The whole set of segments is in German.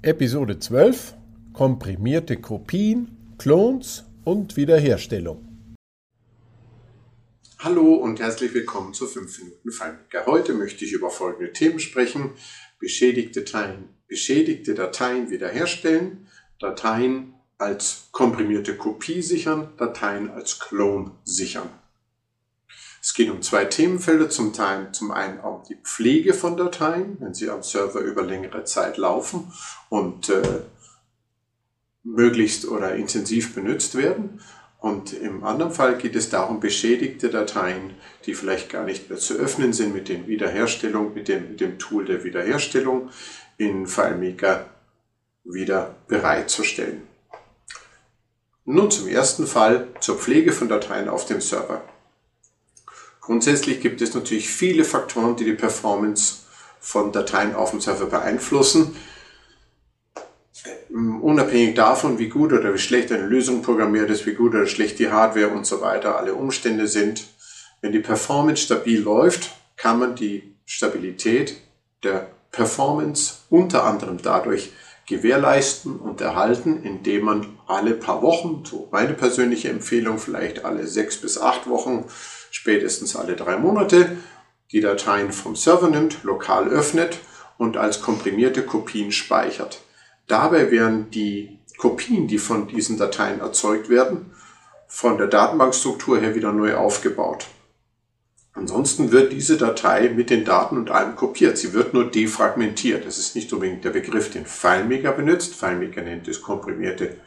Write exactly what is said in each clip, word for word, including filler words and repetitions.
Episode zwölf: Komprimierte Kopien, Clones und Wiederherstellung. Hallo und herzlich willkommen zu fünf Minuten FileMaker. Heute möchte ich über folgende Themen sprechen: Beschädigte Dateien, beschädigte Dateien wiederherstellen, Dateien als komprimierte Kopie sichern, Dateien als Clone sichern. Es geht um zwei Themenfelder, zum, Teil, zum einen um die Pflege von Dateien, wenn sie am Server über längere Zeit laufen und äh, möglichst oder intensiv benutzt werden. Und im anderen Fall geht es darum, beschädigte Dateien, die vielleicht gar nicht mehr zu öffnen sind, mit den Wiederherstellung, mit dem, mit dem Tool der Wiederherstellung in FileMaker wieder bereitzustellen. Nun zum ersten Fall, zur Pflege von Dateien auf dem Server. Grundsätzlich gibt es natürlich viele Faktoren, die die Performance von Dateien auf dem Server beeinflussen. Unabhängig davon, wie gut oder wie schlecht eine Lösung programmiert ist, wie gut oder schlecht die Hardware und so weiter, alle Umstände sind. Wenn die Performance stabil läuft, kann man die Stabilität der Performance unter anderem dadurch gewährleisten und erhalten, indem man alle paar Wochen, so meine persönliche Empfehlung, vielleicht alle sechs bis acht Wochen, spätestens alle drei Monate, die Dateien vom Server nimmt, lokal öffnet und als komprimierte Kopien speichert. Dabei werden die Kopien, die von diesen Dateien erzeugt werden, von der Datenbankstruktur her wieder neu aufgebaut. Ansonsten wird diese Datei mit den Daten und allem kopiert. Sie wird nur defragmentiert. Das ist nicht unbedingt der Begriff, den FileMaker benutzt. FileMaker nennt es komprimierte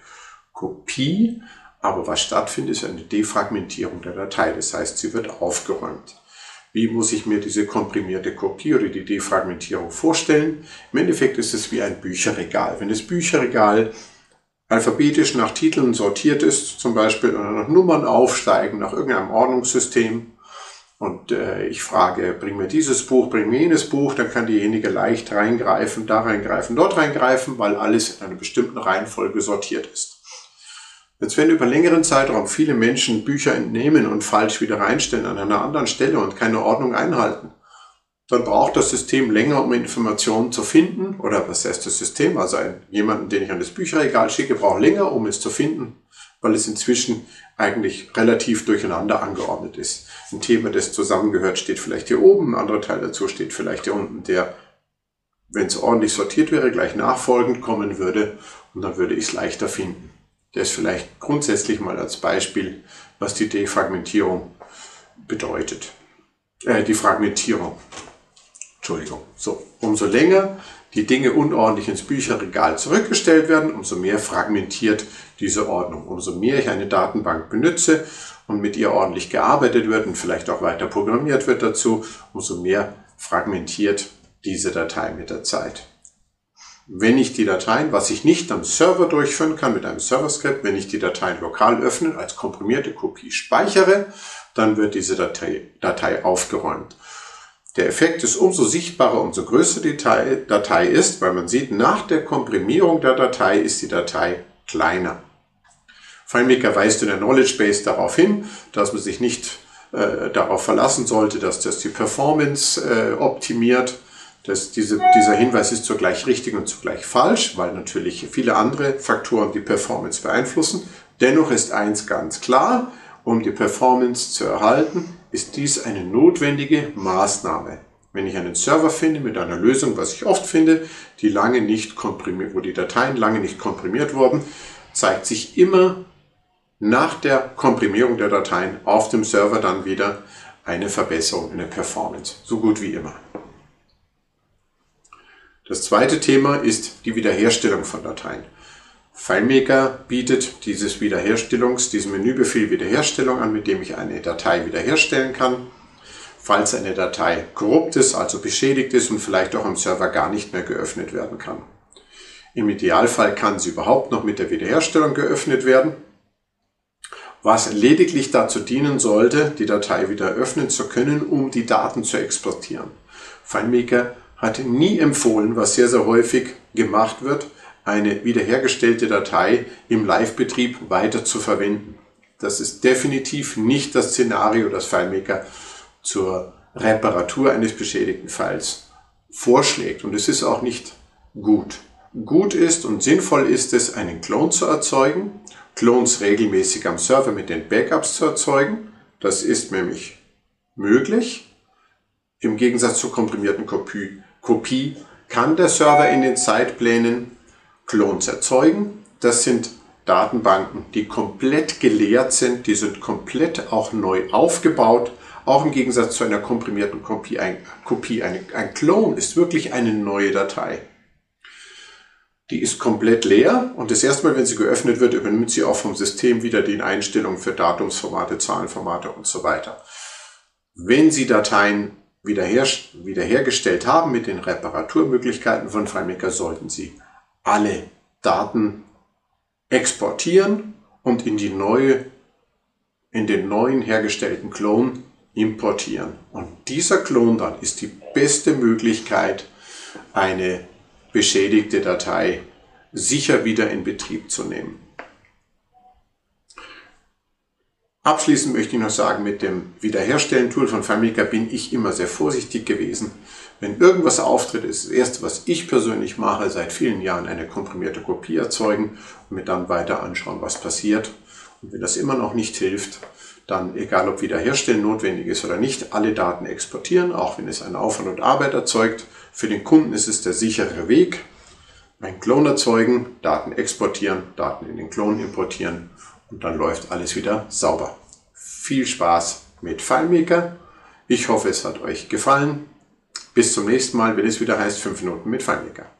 Kopie. Aber was stattfindet, ist eine Defragmentierung der Datei. Das heißt, sie wird aufgeräumt. Wie muss ich mir diese komprimierte Kopie oder die Defragmentierung vorstellen? Im Endeffekt ist es wie ein Bücherregal. Wenn das Bücherregal alphabetisch nach Titeln sortiert ist, zum Beispiel, oder nach Nummern aufsteigen, nach irgendeinem Ordnungssystem, und äh, ich frage, bring mir dieses Buch, bring mir jenes Buch, dann kann diejenige leicht reingreifen, da reingreifen, dort reingreifen, weil alles in einer bestimmten Reihenfolge sortiert ist. Jetzt, wenn über längeren Zeitraum viele Menschen Bücher entnehmen und falsch wieder reinstellen an einer anderen Stelle und keine Ordnung einhalten, dann braucht das System länger, um Informationen zu finden, oder was heißt das System, also ein, jemanden, den ich an das Bücherregal schicke, braucht länger, um es zu finden, weil es inzwischen eigentlich relativ durcheinander angeordnet ist. Ein Thema, das zusammengehört, steht vielleicht hier oben, ein anderer Teil dazu steht vielleicht hier unten, der, wenn es ordentlich sortiert wäre, gleich nachfolgend kommen würde und dann würde ich es leichter finden. Das vielleicht grundsätzlich mal als Beispiel, was die Defragmentierung bedeutet. Äh, die Fragmentierung. Entschuldigung. So, umso länger die Dinge unordentlich ins Bücherregal zurückgestellt werden, umso mehr fragmentiert diese Ordnung. Umso mehr ich eine Datenbank benutze und mit ihr ordentlich gearbeitet wird und vielleicht auch weiter programmiert wird dazu, umso mehr fragmentiert diese Datei mit der Zeit. Wenn ich die Dateien, was ich nicht am Server durchführen kann mit einem Server-Skript, wenn ich die Dateien lokal öffne, als komprimierte Kopie speichere, dann wird diese Datei, Datei aufgeräumt. Der Effekt ist umso sichtbarer, umso größer die Datei, Datei ist, weil man sieht, nach der Komprimierung der Datei ist die Datei kleiner. FileMaker weist in der Knowledge Base darauf hin, dass man sich nicht äh, darauf verlassen sollte, dass das die Performance äh, optimiert. Das, diese, dieser Hinweis ist zugleich richtig und zugleich falsch, weil natürlich viele andere Faktoren die Performance beeinflussen. Dennoch ist eins ganz klar: Um die Performance zu erhalten, ist dies eine notwendige Maßnahme. Wenn ich einen Server finde mit einer Lösung, was ich oft finde, die lange nicht komprimiert, wo die Dateien lange nicht komprimiert wurden, zeigt sich immer nach der Komprimierung der Dateien auf dem Server dann wieder eine Verbesserung in der Performance. So gut wie immer. Das zweite Thema ist die Wiederherstellung von Dateien. FileMaker bietet dieses Wiederherstellungs-, diesen Menübefehl Wiederherstellung an, mit dem ich eine Datei wiederherstellen kann. Falls eine Datei korrupt ist, also beschädigt ist und vielleicht auch am Server gar nicht mehr geöffnet werden kann. Im Idealfall kann sie überhaupt noch mit der Wiederherstellung geöffnet werden, was lediglich dazu dienen sollte, die Datei wieder öffnen zu können, um die Daten zu exportieren. FileMaker hat nie empfohlen, was sehr, sehr häufig gemacht wird, eine wiederhergestellte Datei im Live-Betrieb weiter zu verwenden. Das ist definitiv nicht das Szenario, das FileMaker zur Reparatur eines beschädigten Files vorschlägt. Und es ist auch nicht gut. gut ist und sinnvoll ist es, einen Clone zu erzeugen, Clones regelmäßig am Server mit den Backups zu erzeugen. Das ist nämlich möglich. Im Gegensatz zur komprimierten Kopie, Kopie kann der Server in den Zeitplänen Clones erzeugen. Das sind Datenbanken, die komplett geleert sind, die sind komplett auch neu aufgebaut. Auch im Gegensatz zu einer komprimierten Kopie, ein, Kopie ein, ein Clone ist wirklich eine neue Datei. Die ist komplett leer und das erste Mal, wenn sie geöffnet wird, übernimmt sie auch vom System wieder die Einstellungen für Datumsformate, Zahlenformate und so weiter. Wenn Sie Dateien wiederher, wiederhergestellt haben mit den Reparaturmöglichkeiten von FileMaker, sollten Sie alle Daten exportieren und in, die neue, in den neuen hergestellten Clone importieren. Und dieser Clone dann ist die beste Möglichkeit, eine beschädigte Datei sicher wieder in Betrieb zu nehmen. Abschließend möchte ich noch sagen, mit dem Wiederherstellen-Tool von FileMaker bin ich immer sehr vorsichtig gewesen. Wenn irgendwas auftritt, ist das Erste, was ich persönlich mache, seit vielen Jahren eine komprimierte Kopie erzeugen und mir dann weiter anschauen, was passiert. Und wenn das immer noch nicht hilft, dann, egal ob Wiederherstellen notwendig ist oder nicht, alle Daten exportieren, auch wenn es einen Aufwand und Arbeit erzeugt. Für den Kunden ist es der sichere Weg. Einen Clone erzeugen, Daten exportieren, Daten in den Clone importieren und dann läuft alles wieder sauber. Viel Spaß mit FileMaker. Ich hoffe, es hat euch gefallen. Bis zum nächsten Mal, wenn es wieder heißt fünf Minuten mit FileMaker.